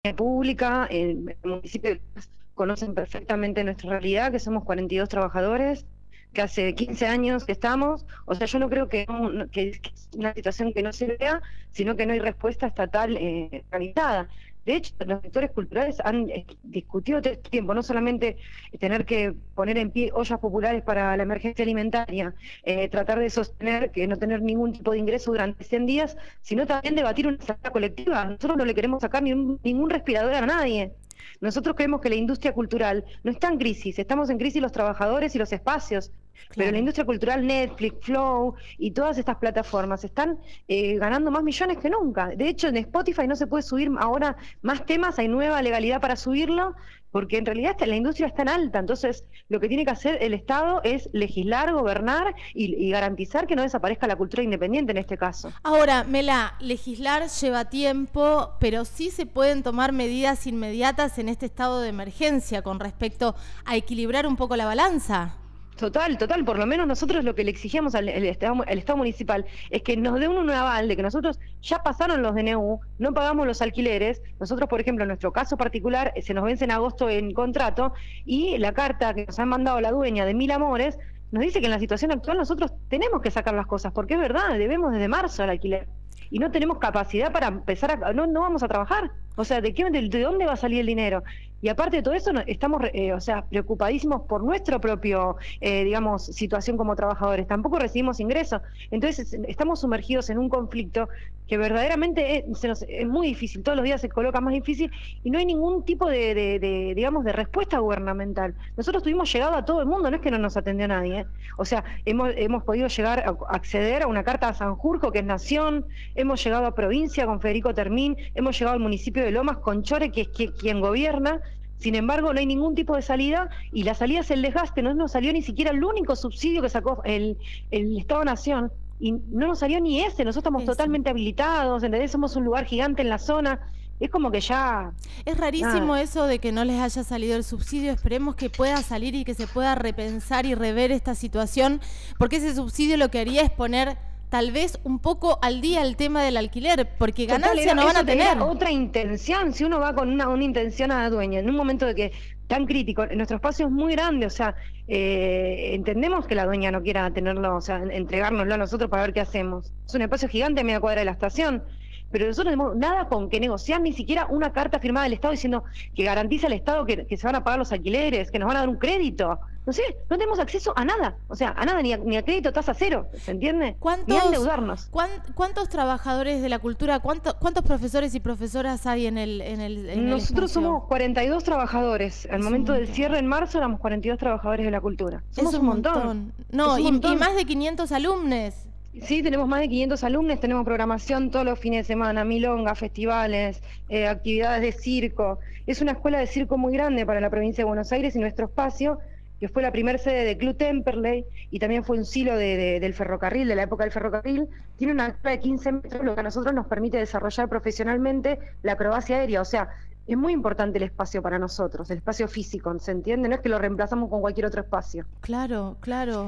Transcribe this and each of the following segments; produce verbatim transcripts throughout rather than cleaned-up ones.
pública, en el municipio conocen perfectamente nuestra realidad, que somos cuarenta y dos trabajadores, que hace quince años que estamos. O sea, yo no creo que, no, que, que es una situación que no se vea, sino que no hay respuesta estatal eh, organizada. De hecho, los sectores culturales han eh, discutido todo este tiempo, no solamente tener que poner en pie ollas populares para la emergencia alimentaria, eh, tratar de sostener que no tener ningún tipo de ingreso durante cien días, sino también debatir una salida colectiva. Nosotros no le queremos sacar ni un, ningún respirador a nadie. Nosotros creemos que la industria cultural no está en crisis, estamos en crisis los trabajadores y los espacios, claro. Pero la industria cultural, Netflix, Flow y todas estas plataformas están eh, ganando más millones que nunca. De hecho, en Spotify no se puede subir ahora más temas, hay nueva legalidad para subirlo, porque en realidad la industria está en alta. Entonces lo que tiene que hacer el Estado es legislar, gobernar y, y garantizar que no desaparezca la cultura independiente en este caso. Ahora, Mela, legislar lleva tiempo, pero sí se pueden tomar medidas inmediatas en este estado de emergencia con respecto a equilibrar un poco la balanza. Total, total, por lo menos nosotros lo que le exigíamos al, al, estado, al Estado municipal es que nos dé un aval de que nosotros ya pasaron los D N U, no pagamos los alquileres. Nosotros, por ejemplo, en nuestro caso particular, se nos vence en agosto en contrato y la carta que nos ha mandado la dueña de Mil Amores nos dice que en la situación actual nosotros tenemos que sacar las cosas, porque es verdad, debemos desde marzo al alquiler y no tenemos capacidad para empezar a... no, no vamos a trabajar. O sea, ¿de qué, de, de dónde va a salir el dinero? Y aparte de todo eso, estamos eh, o sea, preocupadísimos por nuestro propio, eh, digamos, situación como trabajadores. Tampoco recibimos ingresos. Entonces, estamos sumergidos en un conflicto que verdaderamente es, se nos, es muy difícil. Todos los días se coloca más difícil y no hay ningún tipo de, de, de, digamos, de respuesta gubernamental. Nosotros tuvimos llegado a todo el mundo, no es que no nos atendió nadie, ¿eh? O sea, hemos, hemos podido llegar a acceder a una carta a Sanjurjo, que es Nación, hemos llegado a provincia con Federico Termín, hemos llegado al municipio de Lomas con Chore, que es que, quien gobierna. Sin embargo, no hay ningún tipo de salida, y la salida es el desgaste. No nos salió ni siquiera el único subsidio que sacó el, el Estado-Nación, y no nos salió ni ese. Nosotros estamos Eso. totalmente habilitados, ¿entendés? Somos un lugar gigante en la zona. Es como que ya... Es rarísimo nada. Eso de que no les haya salido el subsidio. Esperemos que pueda salir y que se pueda repensar y rever esta situación, porque ese subsidio lo que haría es poner tal vez un poco al día el tema del alquiler, porque ganancia Total, no van a tener. Otra intención, si uno va con una, una intención a la dueña, en un momento de que tan crítico, nuestro espacio es muy grande, o sea, eh, entendemos que la dueña no quiera tenerlo, o sea, entregárnoslo a nosotros para ver qué hacemos. Es un espacio gigante a media cuadra de la estación, pero nosotros no tenemos nada con que negociar, ni siquiera una carta firmada del Estado diciendo que garantiza al Estado que, que se van a pagar los alquileres, que nos van a dar un crédito. No sé, no tenemos acceso a nada, o sea, a nada, ni a, ni a crédito tasa cero, ¿se entiende? Ni a endeudarnos. ¿cuán, ¿Cuántos trabajadores de la cultura, cuánto, cuántos profesores y profesoras hay en el en el en Nosotros el somos cuarenta y dos trabajadores. Al es momento del cierre en marzo éramos cuarenta y dos trabajadores de la cultura. Somos es un montón. montón. No, es un y, montón. y más de quinientos alumnos. Sí, tenemos más de quinientos alumnos, tenemos programación todos los fines de semana, milonga, festivales, eh, actividades de circo. Es una escuela de circo muy grande para la provincia de Buenos Aires, y nuestro espacio, que fue la primera sede de Club Temperley y también fue un silo de, de, del ferrocarril, de la época del ferrocarril, tiene una altura de quince metros, lo que a nosotros nos permite desarrollar profesionalmente la acrobacia aérea. O sea, es muy importante el espacio para nosotros, el espacio físico, ¿se entiende? No es que lo reemplazamos con cualquier otro espacio. Claro, claro.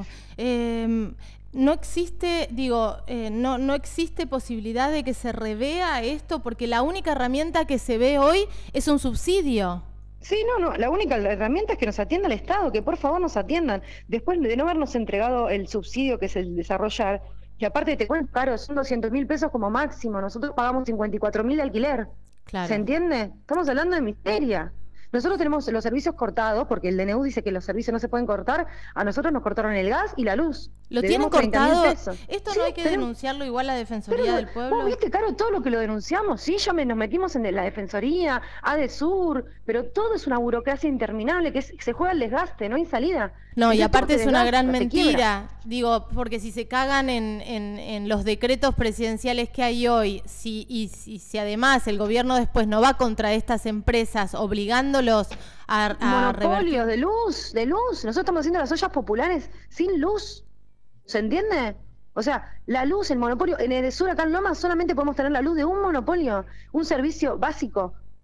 Eh, no existe, digo, eh, no, no existe posibilidad de que se revea esto, porque la única herramienta que se ve hoy es un subsidio. Sí, no, no, la única herramienta es que nos atienda el Estado, que por favor nos atiendan. Después de no habernos entregado el subsidio, que es el desarrollar, que aparte te cuento caro, son doscientos mil pesos como máximo, nosotros pagamos cincuenta y cuatro mil de alquiler. Claro. ¿Se entiende? Estamos hablando de miseria. Nosotros tenemos los servicios cortados, porque el D N U dice que los servicios no se pueden cortar. A nosotros nos cortaron el gas y la luz. ¿Lo tienen cortado? Esto sí, no hay que tenemos... denunciarlo igual a la Defensoría pero, del Pueblo. ¿Vos viste, Caro, todo lo que lo denunciamos? Sí, ya me, nos metimos en la Defensoría, ADESUR, pero todo es una burocracia interminable, que es, se juega el desgaste, no hay salida. No, y aparte es una gran mentira, digo, porque si se cagan en, en, en los decretos presidenciales que hay hoy, si, y si, si además el gobierno después no va contra estas empresas obligándolos a, a monopolios de luz, de luz, nosotros estamos haciendo las ollas populares sin luz, ¿se entiende? O sea, la luz, el monopolio, en el sur acá en Lomas solamente podemos tener la luz de un monopolio, un servicio básico.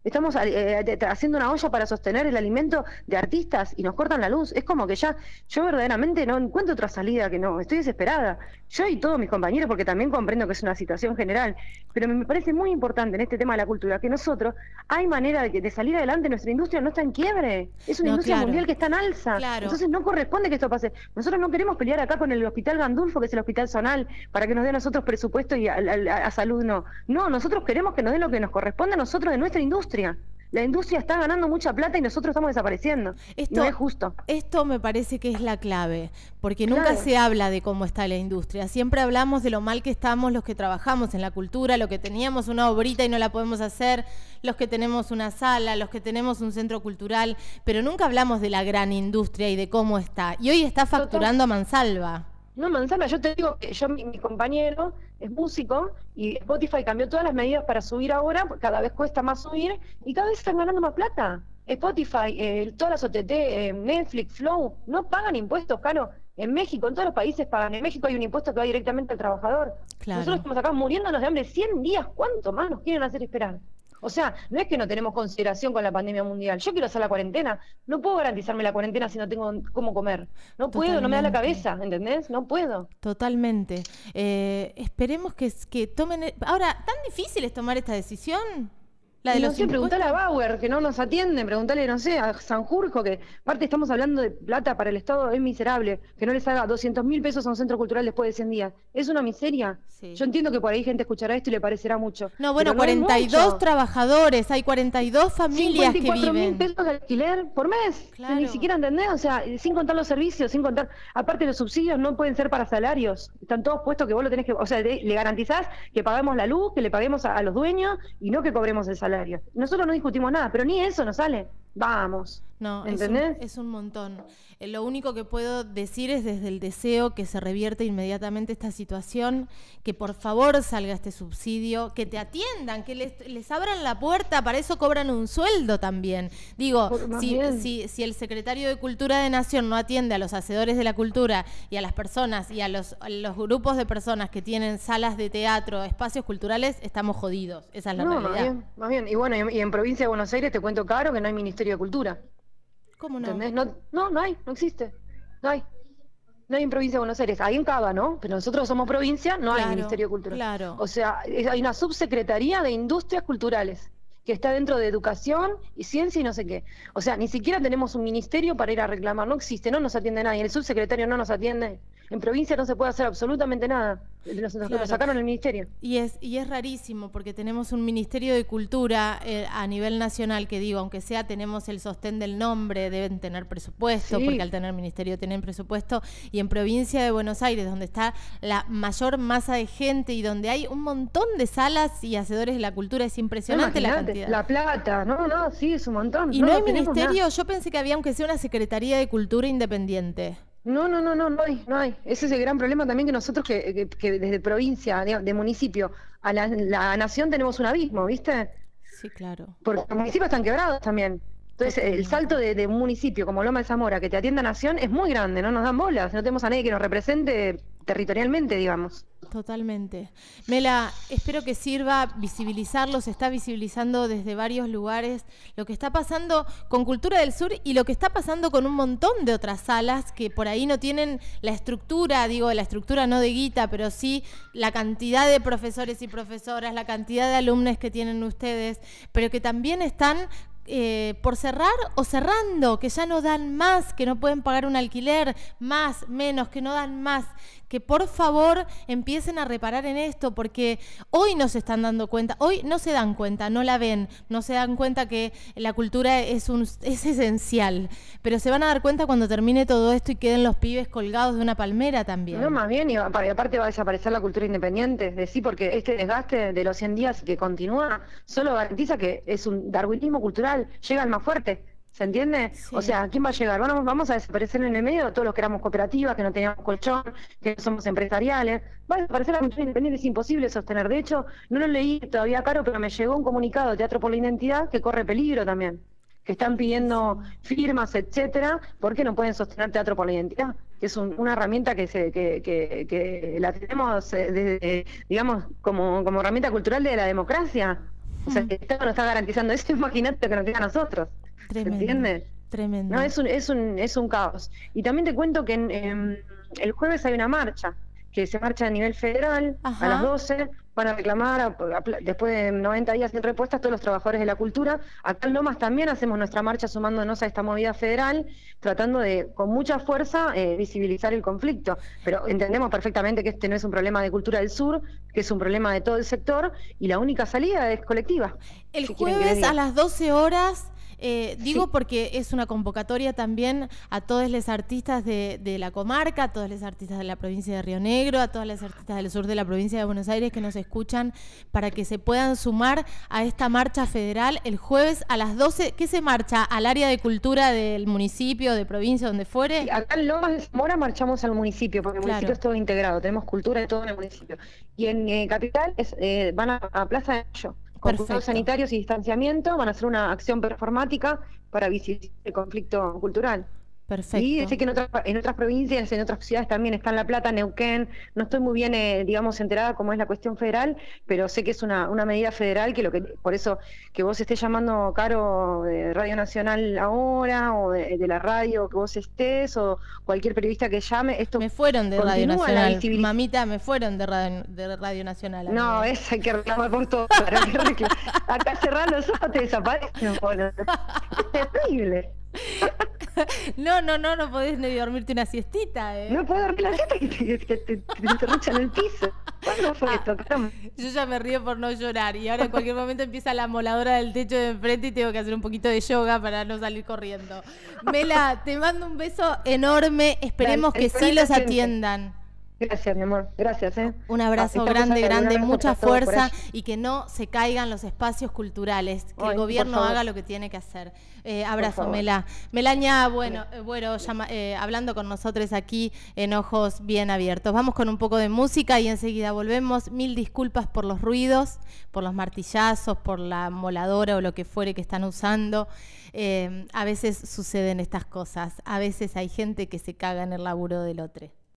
Estamos eh, haciendo una olla para sostener el alimento de artistas y nos cortan la luz. Es como que ya, yo verdaderamente no encuentro otra salida, que no, estoy desesperada. Yo y todos mis compañeros, porque también comprendo que es una situación general, pero me parece muy importante en este tema de la cultura, que nosotros, hay manera de, de salir adelante, nuestra industria no está en quiebre, es una no, industria claro. mundial que está en alza. Claro. Entonces no corresponde que esto pase. Nosotros no queremos pelear acá con el Hospital Gandulfo, que es el hospital zonal, para que nos dé a nosotros presupuesto y a, a, a salud no. No, nosotros queremos que nos den lo que nos corresponde a nosotros de nuestra industria. La industria está ganando mucha plata y nosotros estamos desapareciendo. Esto, no es justo. Esto me parece que es la clave, porque nunca claro. se habla de cómo está la industria. Siempre hablamos de lo mal que estamos los que trabajamos en la cultura, lo que teníamos una obrita y no la podemos hacer, los que tenemos una sala, los que tenemos un centro cultural, pero nunca hablamos de la gran industria y de cómo está. Y hoy está facturando Total. a mansalva. No, mansalva, yo te digo que yo, mi, mi compañero es músico y Spotify cambió todas las medidas para subir ahora, cada vez cuesta más subir y cada vez están ganando más plata. Spotify, eh, todas las O T T, eh, Netflix, Flow, no pagan impuestos, Caro. En México, en todos los países pagan. En México hay un impuesto que va directamente al trabajador. Claro. Nosotros estamos acá muriéndonos de hambre cien días. ¿Cuánto más nos quieren hacer esperar? O sea, no es que no tenemos consideración con la pandemia mundial. Yo quiero hacer la cuarentena. No puedo garantizarme la cuarentena si no tengo cómo comer. No puedo, Totalmente. no me da la cabeza, ¿entendés? No puedo. Totalmente. Eh, esperemos que, que tomen... Ahora, ¿tan difícil es tomar esta decisión? La de no los sé, preguntale a Bauer, que no nos atiende, preguntale, no sé, a Sanjurjo, que aparte estamos hablando de plata para el Estado, es miserable, que no les haga doscientos mil pesos a un centro cultural después de cien días. Es una miseria. Sí. Yo entiendo que por ahí gente escuchará esto y le parecerá mucho. No, bueno, cuarenta y dos trabajadores, hay cuarenta y dos familias que viven. cincuenta y cuatro mil pesos de alquiler por mes, claro. Ni siquiera entendés, o sea, sin contar los servicios, sin contar, aparte los subsidios no pueden ser para salarios, están todos puestos que vos lo tenés que, o sea, de, le garantizás que paguemos la luz, que le paguemos a, a los dueños y no que cobremos el salario. Nosotros no discutimos nada, pero ni eso nos sale. Vamos. No, ¿entendés? Es un, es un montón. Eh, lo único que puedo decir es desde el deseo que se revierte inmediatamente esta situación, que por favor salga este subsidio, que te atiendan, que les, les abran la puerta, para eso cobran un sueldo también. Digo, si, si, si el secretario de Cultura de Nación no atiende a los hacedores de la cultura y a las personas y a los, a los grupos de personas que tienen salas de teatro, espacios culturales, estamos jodidos. Esa es la no, realidad. Más bien, más bien. Y bueno, y en provincia de Buenos Aires te cuento, Caro, que no hay Ministerio de Cultura. ¿Cómo no? ¿Entendés? No, no, no hay, no existe. No hay. No hay en provincia de Buenos Aires. Hay en Cava, ¿no? Pero nosotros somos provincia, no claro, hay Ministerio de Cultura. Claro. O sea, hay una subsecretaría de Industrias Culturales que está dentro de Educación y Ciencia y no sé qué. O sea, ni siquiera tenemos un ministerio para ir a reclamar. No existe, no nos atiende nadie. El subsecretario no nos atiende. En provincia no se puede hacer absolutamente nada. Nos, nos claro. sacaron el ministerio. Y es, y es rarísimo porque tenemos un Ministerio de Cultura eh, a nivel nacional que digo, aunque sea tenemos el sostén del nombre, deben tener presupuesto, sí. porque al tener ministerio tienen presupuesto, y en provincia de Buenos Aires, donde está la mayor masa de gente y donde hay un montón de salas y hacedores de la cultura, es impresionante no, la cantidad. La Plata, no, no, sí, es un montón. Y no, no hay ministerio, nada. Yo pensé que había aunque sea una Secretaría de Cultura independiente. No, no, no, no, no hay, no hay. Ese es el gran problema también que nosotros que, que, que desde provincia, de, de municipio a la, la nación tenemos un abismo, ¿viste? Sí, claro. Porque los municipios están quebrados también. Entonces el salto de, de un municipio como Loma de Zamora que te atienda nación es muy grande, no nos dan bolas, no tenemos a nadie que nos represente territorialmente, digamos. Totalmente. Mela, espero que sirva visibilizarlo, se está visibilizando desde varios lugares lo que está pasando con Cultura del Sur y lo que está pasando con un montón de otras salas que por ahí no tienen la estructura, digo, la estructura no de guita, pero sí la cantidad de profesores y profesoras, la cantidad de alumnos que tienen ustedes, pero que también están Eh, por cerrar o cerrando, que ya no dan más, que no pueden pagar un alquiler, más, menos, que no dan más, que por favor empiecen a reparar en esto, porque hoy no se están dando cuenta, hoy no se dan cuenta, no la ven, no se dan cuenta que la cultura es, un, es esencial, pero se van a dar cuenta cuando termine todo esto y queden los pibes colgados de una palmera también. No, más bien, y aparte va a desaparecer la cultura independiente, es decir, porque este desgaste de los cien días que continúa solo garantiza que es un darwinismo cultural. Llega el más fuerte, ¿se entiende? Sí. O sea, ¿quién va a llegar? Bueno, vamos a desaparecer en el medio todos los que éramos cooperativas, que no teníamos colchón, que no somos empresariales. Va a desaparecer la cultura independiente, es imposible sostener. De hecho, no lo leí todavía, Caro, pero me llegó un comunicado de Teatro por la Identidad que corre peligro también, que están pidiendo firmas, etcétera, porque no pueden sostener Teatro por la Identidad, que es un, una herramienta que se que, que, que la tenemos, eh, desde, digamos, como, como herramienta cultural de la democracia. O sea, el Estado no está garantizando eso, imagínate que nos queda a nosotros. Tremendo. ¿Entiendes? Tremendo. No, es un, es un, es un caos. Y también te cuento que en, en, el jueves hay una marcha, que se marcha a nivel federal. Ajá. A las doce, van a reclamar, a, a, después de noventa días sin respuesta, todos los trabajadores de la cultura. Acá en Lomas también hacemos nuestra marcha sumándonos a esta movida federal, tratando de, con mucha fuerza, eh, visibilizar el conflicto. Pero entendemos perfectamente que este no es un problema de cultura del sur, que es un problema de todo el sector, y la única salida es colectiva. El si jueves a las doce horas... Eh, digo sí. porque es una convocatoria también a todos los artistas de, de la comarca, a todos los artistas de la provincia de Río Negro, a todos los artistas del sur de la provincia de Buenos Aires que nos escuchan, para que se puedan sumar a esta marcha federal el jueves a las doce. ¿Qué se marcha? ¿Al área de cultura del municipio, de provincia, donde fuere? Sí, acá en Lomas de Zamora marchamos al municipio, porque el claro. municipio es todo integrado, tenemos cultura y todo en el municipio. Y en eh, Capital es, eh, van a, a Plaza de Mayo. Con cuidados sanitarios y distanciamiento, van a hacer una acción performática para visibilizar el conflicto cultural. Perfecto. Y sé que en otras, en otras provincias, en otras ciudades también está en La Plata, Neuquén. No estoy muy bien, eh, digamos, enterada cómo es la cuestión federal, pero sé que es una, una medida federal, que lo que por eso que vos estés llamando, Caro, de Radio Nacional ahora, o de, de la radio que vos estés, o cualquier periodista que llame, esto me fueron de Radio Nacional, mamita, me fueron de Radio, de Radio Nacional. No, amiga. Es hay que reclamar por todo. Acá cerrar los ojos te desaparecen. Bueno, es terrible. No, no, no, no podés ni dormirte una siestita, ¿eh? No puedo dormir la siesta que te, que te, te, te ruchan el piso. ¿Cuándo fue esto? Caramba. Yo ya me río por no llorar y ahora en cualquier momento empieza la moladora del techo de enfrente y tengo que hacer un poquito de yoga para no salir corriendo. Mela, te mando un beso enorme, esperemos que sí los atiendan. Gracias, mi amor. Gracias, ¿eh? Un abrazo ah, grande, grande, mucha fuerza y que no se caigan los espacios culturales, que Ay, el gobierno haga lo que tiene que hacer. Eh, abrazo, Mela. Melaña, bueno, eh, bueno llama, eh, hablando con nosotros aquí en Ojos Bien Abiertos. Vamos con un poco de música y enseguida volvemos. Mil disculpas por los ruidos, por los martillazos, por la moladora o lo que fuere que están usando. Eh, a veces suceden estas cosas. A veces hay gente que se caga en el laburo del otro.